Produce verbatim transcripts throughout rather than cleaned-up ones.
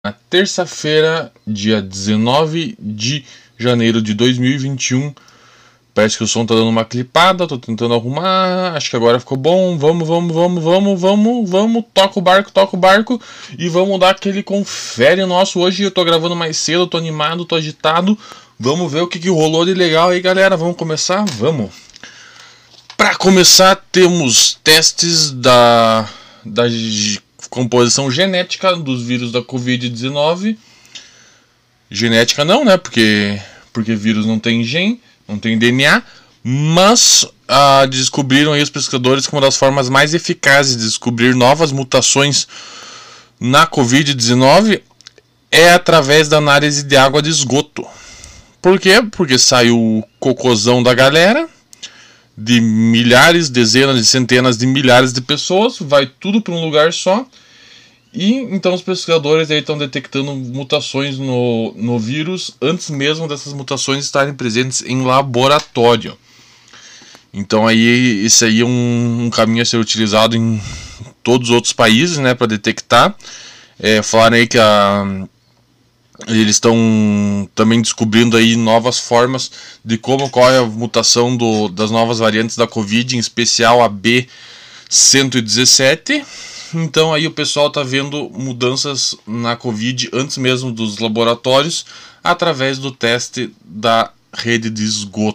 Na terça-feira, dia dezenove de janeiro de dois mil e vinte e um. Parece que o som tá dando uma clipada, tô tentando arrumar, acho que agora ficou bom. Vamos, vamos, vamos, vamos, vamos, vamos, toca o barco, toca o barco e vamos dar aquele confere nosso. Hoje eu tô gravando mais cedo, tô animado, tô agitado. Vamos ver o que, que rolou de legal aí, galera. Vamos começar? Vamos. Para começar, temos testes da, da composição genética dos vírus da covid dezenove. Genética não, né? Porque, porque vírus não tem gene, não tem D N A. Mas ah, descobriram aí os pesquisadores que uma das formas mais eficazes de descobrir novas mutações na covid dezenove é através da análise de água de esgoto. Por quê? Porque saiu o cocôzão da galera, de milhares, dezenas de centenas de milhares de pessoas, vai tudo para um lugar só. E então os pesquisadores aí estão detectando mutações no, no vírus antes mesmo dessas mutações estarem presentes em laboratório. Então aí esse aí é um, um caminho a ser utilizado em todos os outros países, né, para detectar. É, falaram aí que a, eles estão também descobrindo aí novas formas de como ocorre a mutação do, das novas variantes da Covid, em especial a B cento e dezessete. Então aí o pessoal está vendo mudanças na Covid antes mesmo dos laboratórios, através do teste da rede de esgoto.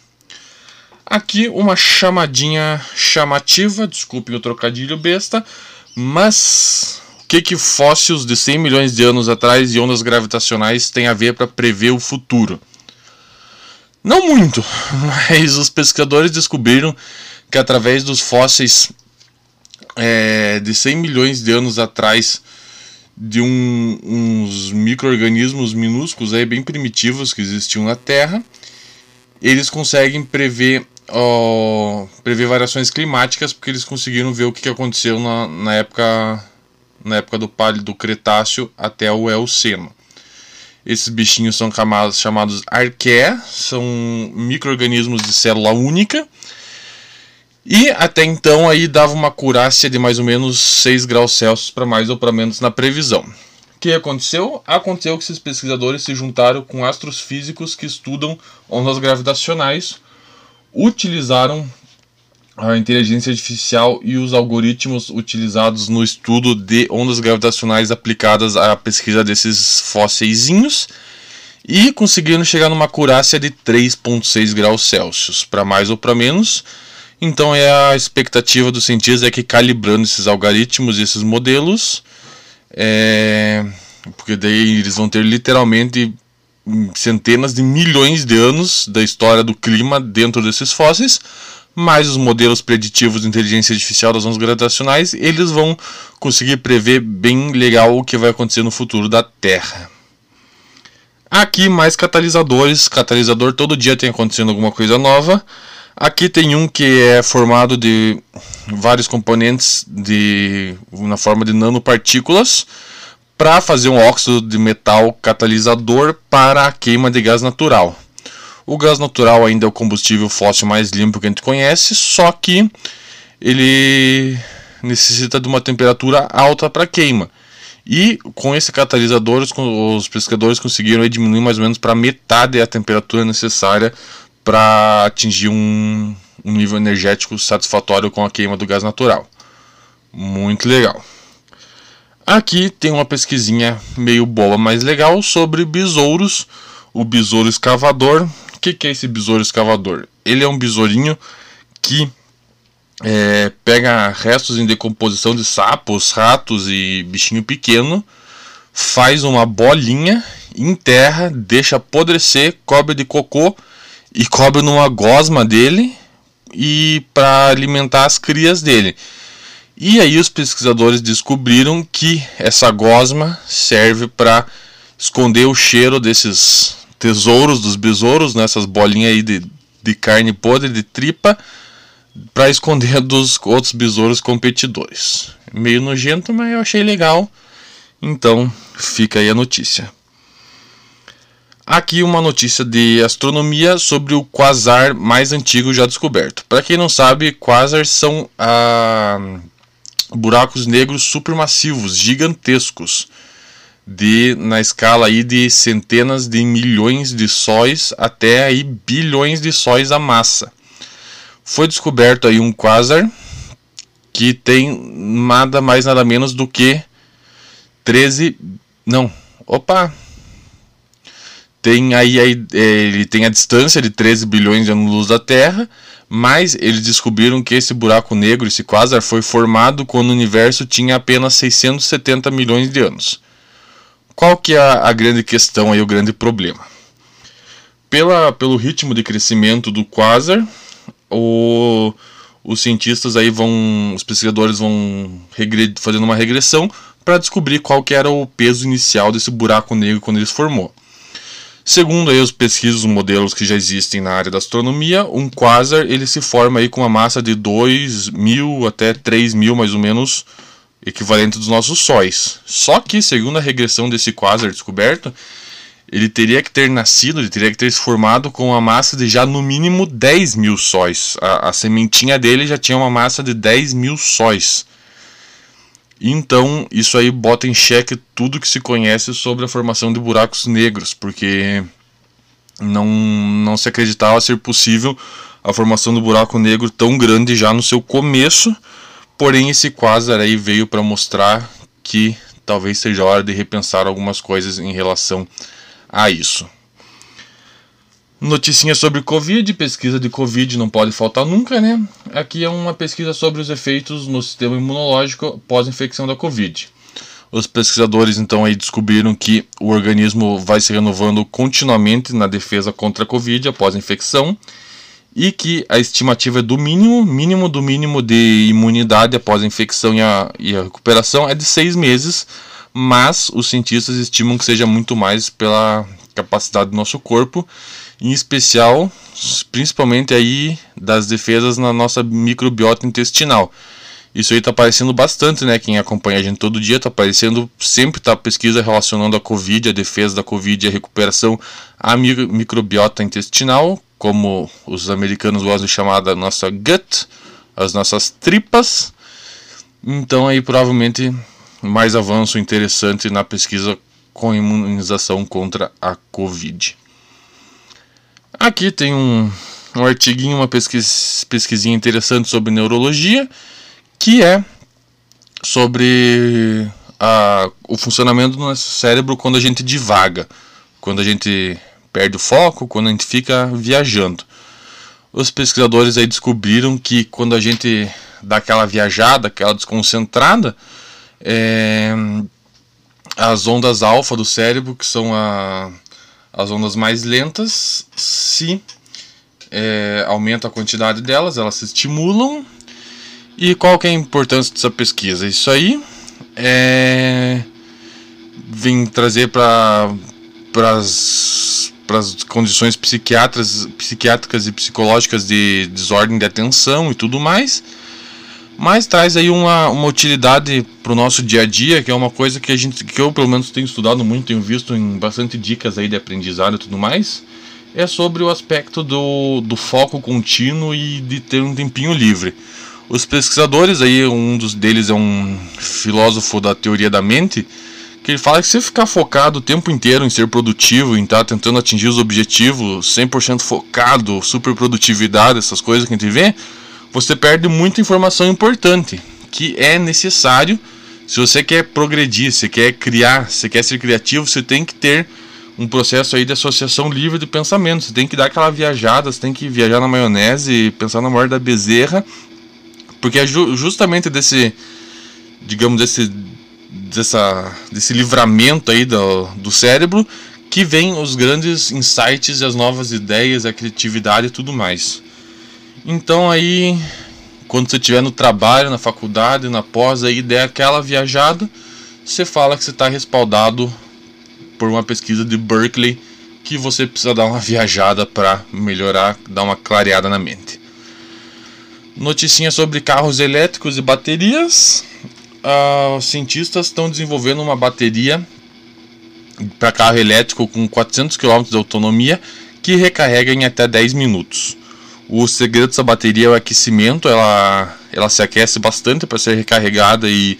Aqui uma chamadinha chamativa, desculpe o trocadilho besta, mas o que que fósseis de cem milhões de anos atrás e ondas gravitacionais têm a ver para prever o futuro? Não muito, mas os pesquisadores descobriram que através dos fósseis É, de cem milhões de anos atrás, de um, uns micro-organismos minúsculos, aí, bem primitivos que existiam na Terra, eles conseguem prever, ó, prever variações climáticas, porque eles conseguiram ver o que aconteceu na, na, época, na época do Pálido Cretáceo até o Eoceno. Esses bichinhos são chamados, chamados arqueia, são micro-organismos de célula única. E até então aí dava uma acurácia de mais ou menos seis graus Celsius para mais ou para menos na previsão. O que aconteceu? Aconteceu que esses pesquisadores se juntaram com astrofísicos que estudam ondas gravitacionais, utilizaram a inteligência artificial e os algoritmos utilizados no estudo de ondas gravitacionais aplicadas à pesquisa desses fósseis e conseguiram chegar numa acurácia de três vírgula seis graus Celsius, para mais ou para menos. Então é a expectativa dos cientistas é que calibrando esses algoritmos e esses modelos, é, porque daí eles vão ter literalmente centenas de milhões de anos da história do clima dentro desses fósseis, mais os modelos preditivos de inteligência artificial das ondas gravitacionais, eles vão conseguir prever bem legal o que vai acontecer no futuro da Terra. Aqui mais catalisadores, catalisador todo dia tem acontecendo alguma coisa nova. Aqui tem um que é formado de vários componentes de, na forma de nanopartículas para fazer um óxido de metal catalisador para a queima de gás natural. O gás natural ainda é o combustível fóssil mais limpo que a gente conhece, só que ele necessita de uma temperatura alta para queima. E com esse catalisador os pesquisadores conseguiram diminuir mais ou menos para metade a temperatura necessária para atingir um, um nível energético satisfatório com a queima do gás natural. Muito legal. Aqui tem uma pesquisinha meio boba, mas legal, sobre besouros. O besouro escavador. O que, que é esse besouro escavador? Ele é um besourinho que é, pega restos em decomposição de sapos, ratos e bichinho pequeno, faz uma bolinha, enterra, deixa apodrecer, cobre de cocô e cobre numa gosma dele e para alimentar as crias dele. E aí os pesquisadores descobriram que essa gosma serve para esconder o cheiro desses tesouros dos besouros, nessas né, bolinhas aí de, de carne podre, de tripa, para esconder dos outros besouros competidores. Meio nojento, mas eu achei legal. Então fica aí a notícia. Aqui uma notícia de astronomia sobre o quasar mais antigo já descoberto. Para quem não sabe, quasars são ah, buracos negros supermassivos, gigantescos. de, na escala aí de centenas de milhões de sóis até aí bilhões de sóis a massa. Foi descoberto aí um quasar que tem nada mais nada menos do que treze, não, opa, tem aí, aí ele tem a distância de treze bilhões de anos-luz da Terra, mas eles descobriram que esse buraco negro, esse quasar, foi formado quando o universo tinha apenas seiscentos e setenta milhões de anos. Qual que é a, a grande questão aí, o grande problema? Pela, pelo ritmo de crescimento do quasar, o, os cientistas aí vão, os pesquisadores vão regre, fazendo uma regressão para descobrir qual que era o peso inicial desse buraco negro quando ele se formou. Segundo aí os pesquisas, os modelos que já existem na área da astronomia, um quasar ele se forma aí com uma massa de dois mil até três mil mais ou menos, equivalente dos nossos sóis. Só que, segundo a regressão desse quasar descoberto, ele teria que ter nascido, ele teria que ter se formado com uma massa de já no mínimo dez mil sóis. A, a sementinha dele já tinha uma massa de dez mil sóis. Então, isso aí bota em xeque tudo que se conhece sobre a formação de buracos negros, porque não, não se acreditava ser possível a formação do buraco negro tão grande já no seu começo, porém esse quasar aí veio para mostrar que talvez seja a hora de repensar algumas coisas em relação a isso. Noticinha sobre Covid, pesquisa de Covid não pode faltar nunca, né? Aqui é uma pesquisa sobre os efeitos no sistema imunológico pós-infecção da Covid. Os pesquisadores então aí descobriram que o organismo vai se renovando continuamente na defesa contra a Covid após a infecção e que a estimativa é do mínimo, mínimo do mínimo de imunidade após a infecção e a, e a recuperação é de seis meses, mas os cientistas estimam que seja muito mais pela capacidade do nosso corpo, em especial, principalmente aí das defesas na nossa microbiota intestinal. Isso aí está aparecendo bastante, né? Quem acompanha a gente todo dia está aparecendo, sempre está pesquisa relacionando a Covid, a defesa da Covid e a recuperação à microbiota intestinal, como os americanos gostam de chamar da nossa gut, as nossas tripas. Então aí provavelmente mais avanço interessante na pesquisa com imunização contra a Covid. Aqui tem um, um artiguinho, uma pesquis, pesquisinha interessante sobre neurologia, que é sobre a, o funcionamento do nosso cérebro quando a gente divaga, quando a gente perde o foco, quando a gente fica viajando. Os pesquisadores aí descobriram que quando a gente dá aquela viajada, aquela desconcentrada, é, as ondas alfa do cérebro, que são a, as ondas mais lentas, se é, aumenta a quantidade delas, elas se estimulam. E qual que é a importância dessa pesquisa? Isso aí é, vem trazer para as condições psiquiátricas, psiquiátricas e psicológicas de desordem de atenção e tudo mais, mas traz aí uma, uma utilidade para o nosso dia a dia, que é uma coisa que, a gente, que eu pelo menos tenho estudado muito, tenho visto em bastante dicas aí de aprendizado e tudo mais, é sobre o aspecto do, do foco contínuo e de ter um tempinho livre. Os pesquisadores, aí, um dos deles é um filósofo da teoria da mente, que ele fala que se você ficar focado o tempo inteiro em ser produtivo, em estar tentando atingir os objetivos, cem por cento focado, super produtividade, essas coisas que a gente vê, você perde muita informação importante, que é necessário. Se você quer progredir, se quer criar, se quer ser criativo, você tem que ter um processo aí de associação livre de pensamento, você tem que dar aquela viajada, você tem que viajar na maionese, pensar na maior da bezerra, porque é ju- justamente desse, digamos, desse, dessa, desse livramento aí do, do cérebro que vem os grandes insights, as novas ideias, a criatividade e tudo mais. Então aí, quando você estiver no trabalho, na faculdade, na pós, aí der aquela viajada, você fala que você está respaldado por uma pesquisa de Berkeley, que você precisa dar uma viajada para melhorar, dar uma clareada na mente. Noticinha sobre carros elétricos e baterias. Uh, os cientistas estão desenvolvendo uma bateria para carro elétrico com quatrocentos quilômetros de autonomia que recarrega em até dez minutos. O segredo dessa bateria é o aquecimento. Ela, ela se aquece bastante para ser recarregada e,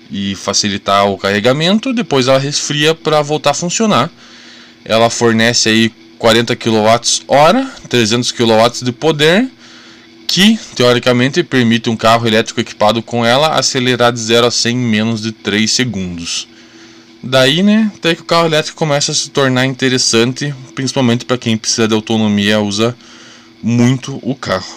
e facilitar o carregamento. Depois ela resfria para voltar a funcionar. Ela fornece aí quarenta quilowatt-hora, trezentos quilowatts de poder, que teoricamente permite um carro elétrico equipado com ela acelerar de zero a cem em menos de três segundos. Daí, né, até que o carro elétrico começa a se tornar interessante, principalmente para quem precisa de autonomia, usa muito o carro.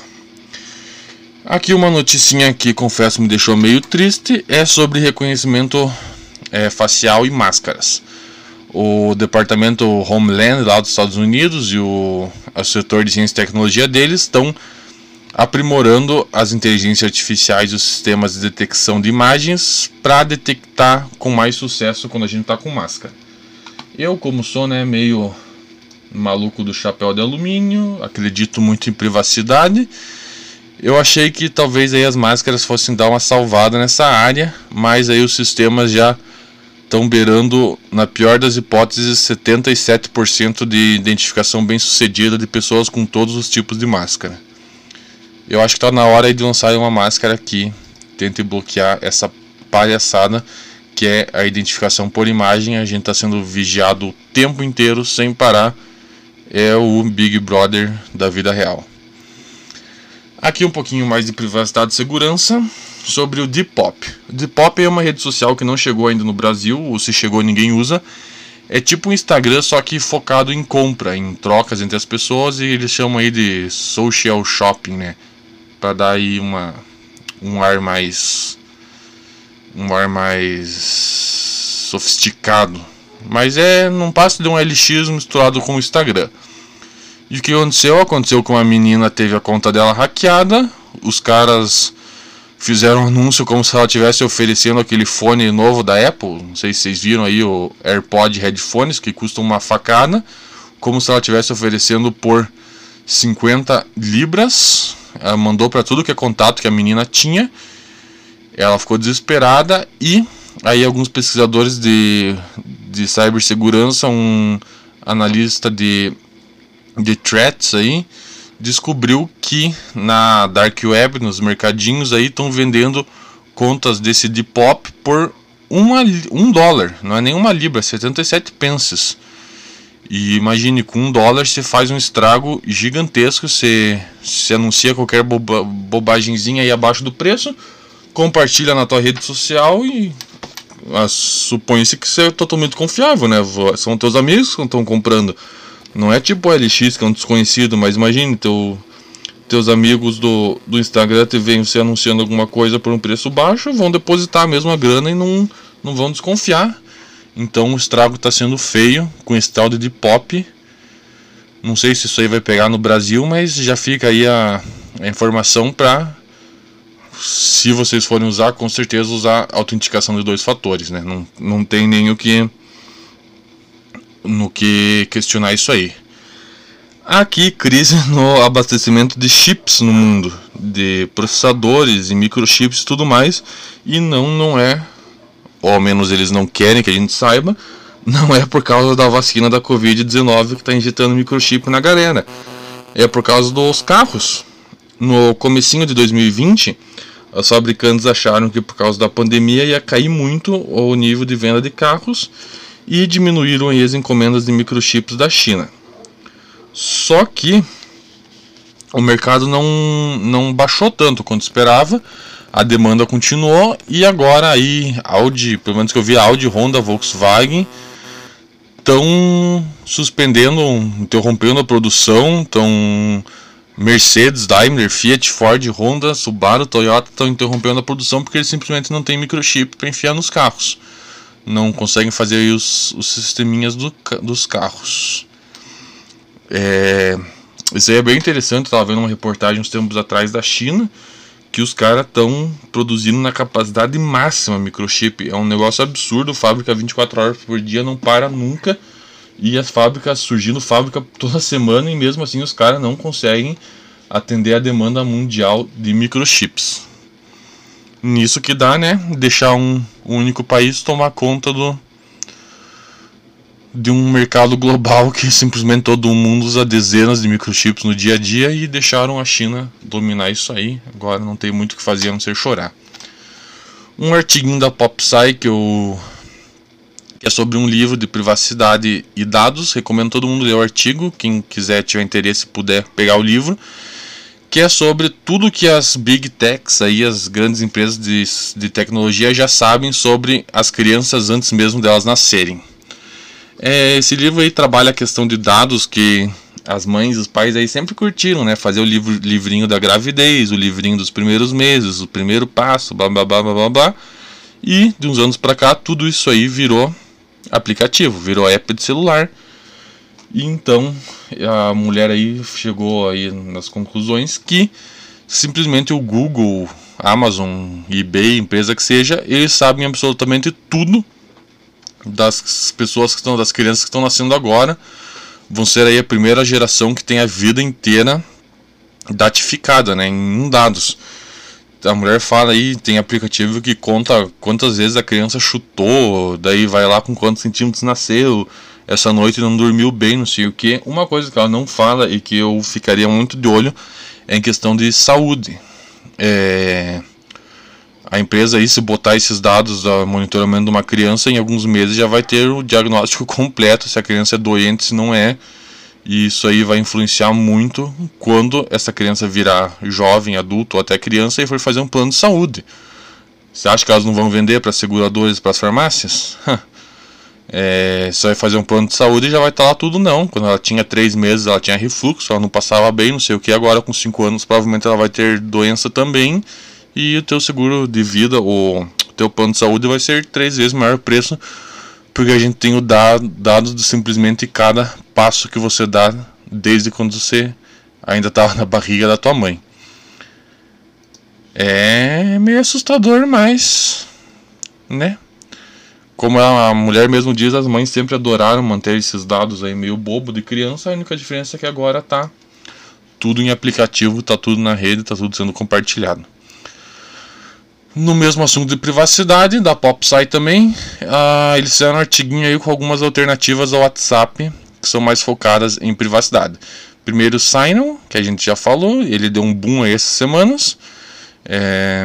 Aqui uma noticinha que, confesso, me deixou meio triste, é sobre reconhecimento é, facial e máscaras. O departamento Homeland lá dos Estados Unidos e o, o setor de ciência e tecnologia deles estão aprimorando as inteligências artificiais e os sistemas de detecção de imagens para detectar com mais sucesso quando a gente está com máscara. Eu, como sou, né, meio maluco do chapéu de alumínio, acredito muito em privacidade, eu achei que talvez aí as máscaras fossem dar uma salvada nessa área, mas aí os sistemas já estão beirando, na pior das hipóteses, setenta e sete por cento de identificação bem sucedida de pessoas com todos os tipos de máscara. Eu acho que está na hora de lançar uma máscara que tente bloquear essa palhaçada que é a identificação por imagem. A gente está sendo vigiado o tempo inteiro sem parar. É o Big Brother da vida real. Aqui um pouquinho mais de privacidade e segurança sobre o Depop. O Depop é uma rede social que não chegou ainda no Brasil, ou se chegou ninguém usa. É tipo um Instagram, só que focado em compra, em trocas entre as pessoas, e eles chamam aí de social shopping, né? Para dar aí uma, um ar mais um ar mais sofisticado. Mas é, não passa de um L X misturado com o Instagram. E o que aconteceu? Aconteceu com uma menina, teve a conta dela hackeada. Os caras fizeram um anúncio como se ela estivesse oferecendo aquele fone novo da Apple. Não sei se vocês viram aí, o AirPod Headphones, que custam uma facada. Como se ela estivesse oferecendo por cinquenta libras. Ela mandou para tudo que é contato que a menina tinha. Ela ficou desesperada e aí alguns pesquisadores de, de cibersegurança, um analista de, de threats aí, descobriu que na Dark Web, nos mercadinhos aí, estão vendendo contas desse Depop por uma, um dólar. Não é nem uma libra, setenta e sete pences. E imagine, com um dólar você faz um estrago gigantesco. Você, você anuncia qualquer boba, bobagemzinha aí abaixo do preço, compartilha na tua rede social e ah, supõe-se que você é totalmente confiável, né? São teus amigos que estão comprando. Não é tipo o L X, que é um desconhecido, mas imagine, teu, teus amigos do, do Instagram te veem você anunciando alguma coisa por um preço baixo, vão depositar a mesma grana e não, não vão desconfiar. Então o estrago está sendo feio com esse tal de Depop. Não sei se isso aí vai pegar no Brasil, mas já fica aí a, a informação para, se vocês forem usar, com certeza usar a autenticação de dois fatores, né? Não, não tem nem o que, no que questionar isso aí. Aqui, crise no abastecimento de chips no mundo, de processadores e microchips e tudo mais, e não, não é, ou ao menos eles não querem que a gente saiba, não é por causa da vacina da covid dezenove que está injetando microchip na galera. É por causa dos carros. No comecinho de dois mil e vinte, os fabricantes acharam que por causa da pandemia ia cair muito o nível de venda de carros e diminuíram aí as encomendas de microchips da China. Só que o mercado não, não baixou tanto quanto esperava. A demanda continuou e agora aí Audi, pelo menos que eu vi, Audi, Honda, Volkswagen estão suspendendo, interrompendo a produção. Estão Mercedes, Daimler, Fiat, Ford, Honda, Subaru, Toyota estão interrompendo a produção porque eles simplesmente não têm microchip para enfiar nos carros. Não conseguem fazer aí os, os sisteminhas do, dos carros. É, isso aí é bem interessante. Eu estava vendo uma reportagem uns tempos atrás da China, que os caras estão produzindo na capacidade máxima microchip. É um negócio absurdo. Fábrica vinte e quatro horas por dia, não para nunca. E as fábricas surgindo, fábrica toda semana, e mesmo assim os caras não conseguem atender a demanda mundial de microchips. Nisso que dá, né? Deixar um, um único país tomar conta do, de um mercado global que simplesmente todo mundo usa dezenas de microchips no dia a dia, e deixaram a China dominar isso aí. Agora não tem muito o que fazer a não ser chorar. um artiguinho da PopSci que, eu, que é sobre um livro de privacidade e dados. Recomendo todo mundo ler o artigo, quem quiser, tiver interesse, puder pegar o livro, que é sobre tudo que as Big Techs, aí, as grandes empresas de, de tecnologia já sabem sobre as crianças antes mesmo delas nascerem. É, esse livro aí trabalha a questão de dados que as mães e os pais aí sempre curtiram, né? Fazer o livro, livrinho da gravidez, o livrinho dos primeiros meses, o primeiro passo, blá blá blá blá blá blá. E de uns anos pra cá tudo isso aí virou aplicativo, virou app de celular. E então a mulher aí chegou aí nas conclusões que simplesmente o Google, Amazon, eBay, empresa que seja, eles sabem absolutamente tudo das pessoas que estão, das crianças que estão nascendo agora. Vão ser aí a primeira geração que tem a vida inteira datificada, né, em dados. A mulher fala aí, tem aplicativo que conta quantas vezes a criança chutou, daí vai lá com quantos centímetros nasceu, essa noite não dormiu bem, não sei o que. Uma coisa que ela não fala e que eu ficaria muito de olho é em questão de saúde. É... A empresa aí, se botar esses dados do monitoramento de uma criança, em alguns meses já vai ter o diagnóstico completo, se a criança é doente, se não é. E isso aí vai influenciar muito quando essa criança virar jovem, adulto ou até criança e for fazer um plano de saúde. Você acha que elas não vão vender para seguradoras e para as farmácias? É, você vai fazer um plano de saúde e já vai estar lá tudo não. Quando ela tinha três meses ela tinha refluxo, ela não passava bem, não sei o que. Agora com cinco anos provavelmente ela vai ter doença também. E o teu seguro de vida, ou o teu plano de saúde vai ser três vezes maior preço. Porque a gente tem o dado, dados de simplesmente cada passo que você dá desde quando você ainda estava na barriga da tua mãe. É meio assustador, mas... né? Como a mulher mesmo diz, as mães sempre adoraram manter esses dados aí meio bobo de criança. A única diferença é que agora tá tudo em aplicativo, tá tudo na rede, tá tudo sendo compartilhado. No mesmo assunto de privacidade, da PopSci também, ah, eles fizeram um artiguinho aí com algumas alternativas ao WhatsApp, que são mais focadas em privacidade. Primeiro o Signal, que a gente já falou, ele deu um boom aí essas semanas. É,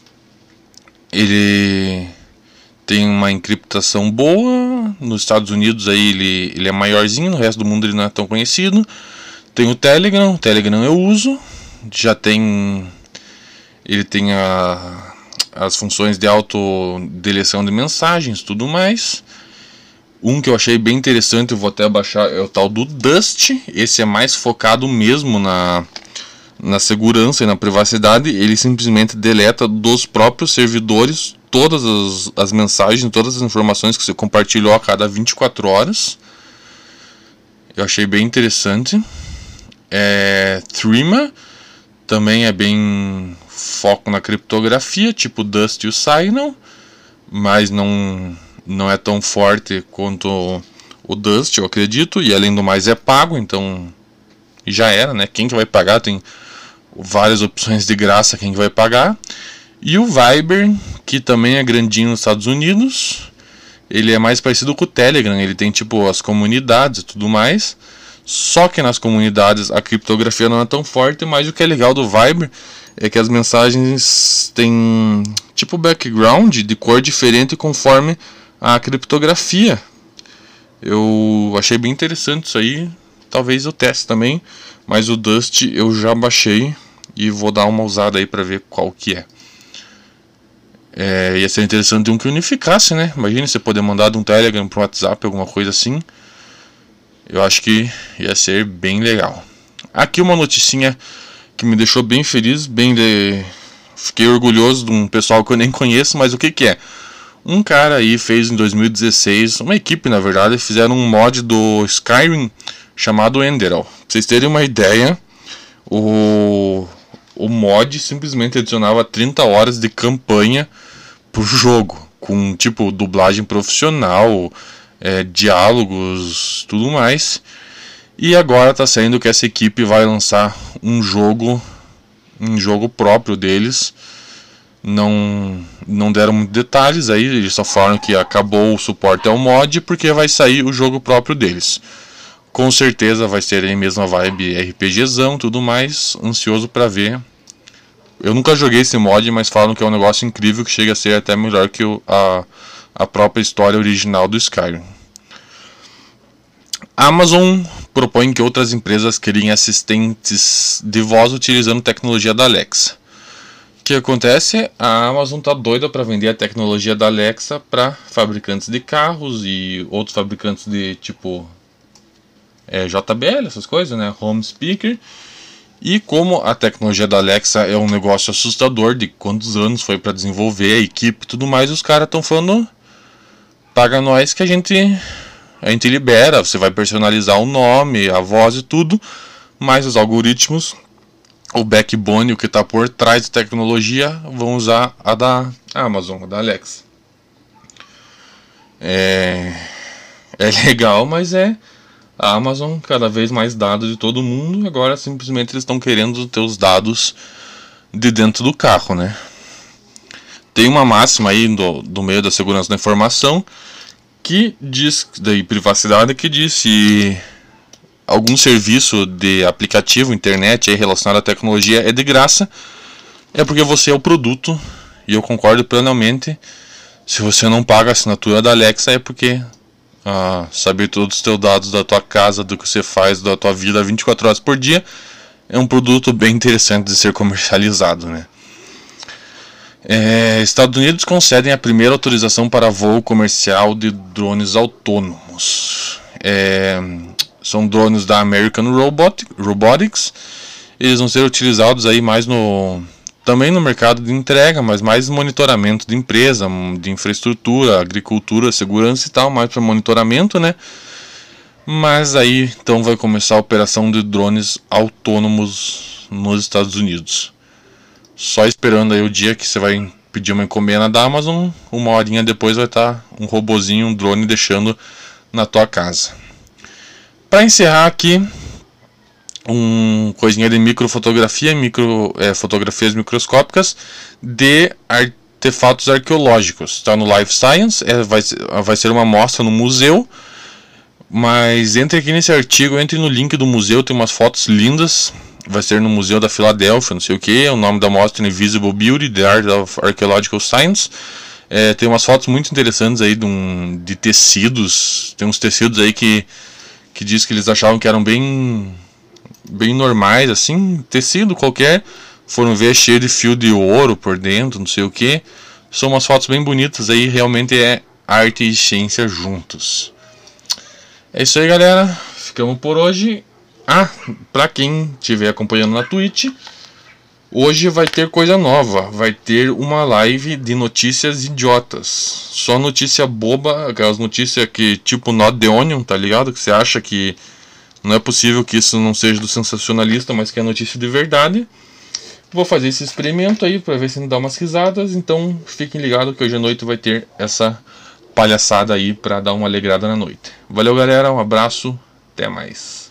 ele... tem uma encriptação boa. Nos Estados Unidos aí ele, ele é maiorzinho, no resto do mundo ele não é tão conhecido. Tem o Telegram, o Telegram eu uso. Já tem... ele tem a, as funções de autodeleção de mensagens, tudo mais. Um que eu achei bem interessante, eu vou até baixar, é o tal do Dust. Esse é mais focado mesmo na, na segurança e na privacidade. Ele simplesmente deleta dos próprios servidores todas as, as mensagens, todas as informações que você compartilhou a cada vinte e quatro horas. Eu achei bem interessante. É, Threema também é bem foco na criptografia, tipo o Dust e o Signal, mas não, não é tão forte quanto o Dust, eu acredito, e além do mais é pago, então já era, né? Quem que vai pagar? Tem várias opções de graça, quem que vai pagar. E o Viber, que também é grandinho nos Estados Unidos, ele é mais parecido com o Telegram, ele tem tipo as comunidades e tudo mais, só que nas comunidades a criptografia não é tão forte, mas o que é legal do Viber é que as mensagens têm tipo background de cor diferente conforme a criptografia. Eu achei bem interessante isso aí, talvez eu teste também, mas o Dust eu já baixei e vou dar uma usada aí para ver qual que é. É, ia ser interessante um que unificasse, né? Imagina você poder mandar de um Telegram para um WhatsApp, alguma coisa assim. Eu acho que ia ser bem legal. Aqui uma noticinha que me deixou bem feliz, bem de... fiquei orgulhoso de um pessoal que eu nem conheço, mas o que que é? Um cara aí fez em dois mil e dezesseis, uma equipe na verdade, fizeram um mod do Skyrim chamado Enderal. Pra vocês terem uma ideia, o... o mod simplesmente adicionava trinta horas de campanha pro jogo, com tipo dublagem profissional, é, diálogos, tudo mais. E agora tá saindo que essa equipe vai lançar um jogo, um jogo próprio deles. Não, não deram muitos detalhes aí, eles só falaram que acabou o suporte ao mod porque vai sair o jogo próprio deles. Com certeza vai ser a mesma vibe RPGzão, tudo mais. Ansioso para ver Eu nunca joguei esse mod, mas falam que é um negócio incrível, que chega a ser até melhor que o, a, a própria história original do Skyrim. A Amazon propõe que outras empresas criem assistentes de voz utilizando tecnologia da Alexa. O que acontece? A Amazon tá doida para vender a tecnologia da Alexa para fabricantes de carros e outros fabricantes de tipo é, J B L, essas coisas, né? Home Speaker. E como a tecnologia da Alexa é um negócio assustador, de quantos anos foi para desenvolver, a equipe e tudo mais, os caras estão falando, paga nós que a gente, a gente libera, você vai personalizar o nome, a voz e tudo, mas os algoritmos, o backbone, o que está por trás da tecnologia, vão usar a da Amazon, a da Alexa. É, é legal, mas é... A Amazon, cada vez mais dados de todo mundo, agora simplesmente eles estão querendo ter os dados de dentro do carro, né? Tem uma máxima aí do, do meio da segurança da informação que diz, da privacidade, que diz se algum serviço de aplicativo, internet aí relacionado à tecnologia é de graça, é porque você é o produto, e eu concordo plenamente. Se você não paga a assinatura da Alexa é porque... Ah, saber todos os teus dados da tua casa, do que você faz, da tua vida vinte e quatro horas por dia, é um produto bem interessante de ser comercializado, né? É, Estados Unidos concedem a primeira autorização para voo comercial de drones autônomos. É, são drones da American Robot, Robotics. Eles vão ser utilizados aí mais no... também no mercado de entrega, mas mais monitoramento de empresa, de infraestrutura, agricultura, segurança e tal, mais para monitoramento, né? Mas aí então vai começar a operação de drones autônomos nos Estados Unidos. Só esperando aí o dia que você vai pedir uma encomenda da Amazon, uma horinha depois vai estar um robozinho, um drone deixando na tua casa. Para encerrar aqui, um coisinha de microfotografia, micro, é, fotografias microscópicas de artefatos arqueológicos. Está no Life Science, é, vai, vai ser uma mostra no museu, mas entre aqui nesse artigo, entre no link do museu, tem umas fotos lindas. Vai ser no Museu da Filadélfia, não sei o que, o nome da mostra é Invisible Beauty, The Art of Archaeological Science. É, tem umas fotos muito interessantes aí de, um, de tecidos, tem uns tecidos aí que, que diz que eles achavam que eram bem... bem normais, assim, tecido qualquer, foram ver cheio de fio de ouro por dentro, não sei o que. São umas fotos bem bonitas aí, realmente é arte e ciência juntos. É isso aí, galera, ficamos por hoje. Ah, pra quem estiver acompanhando na Twitch, hoje vai ter coisa nova, vai ter uma live de notícias idiotas, só notícia boba, aquelas notícias que tipo Not The Onion, tá ligado? Que você acha que não é possível que isso não seja do sensacionalista, mas que é notícia de verdade. Vou fazer esse experimento aí para ver se não dá umas risadas. Então fiquem ligados que hoje à noite vai ter essa palhaçada aí para dar uma alegrada na noite. Valeu, galera, um abraço, até mais.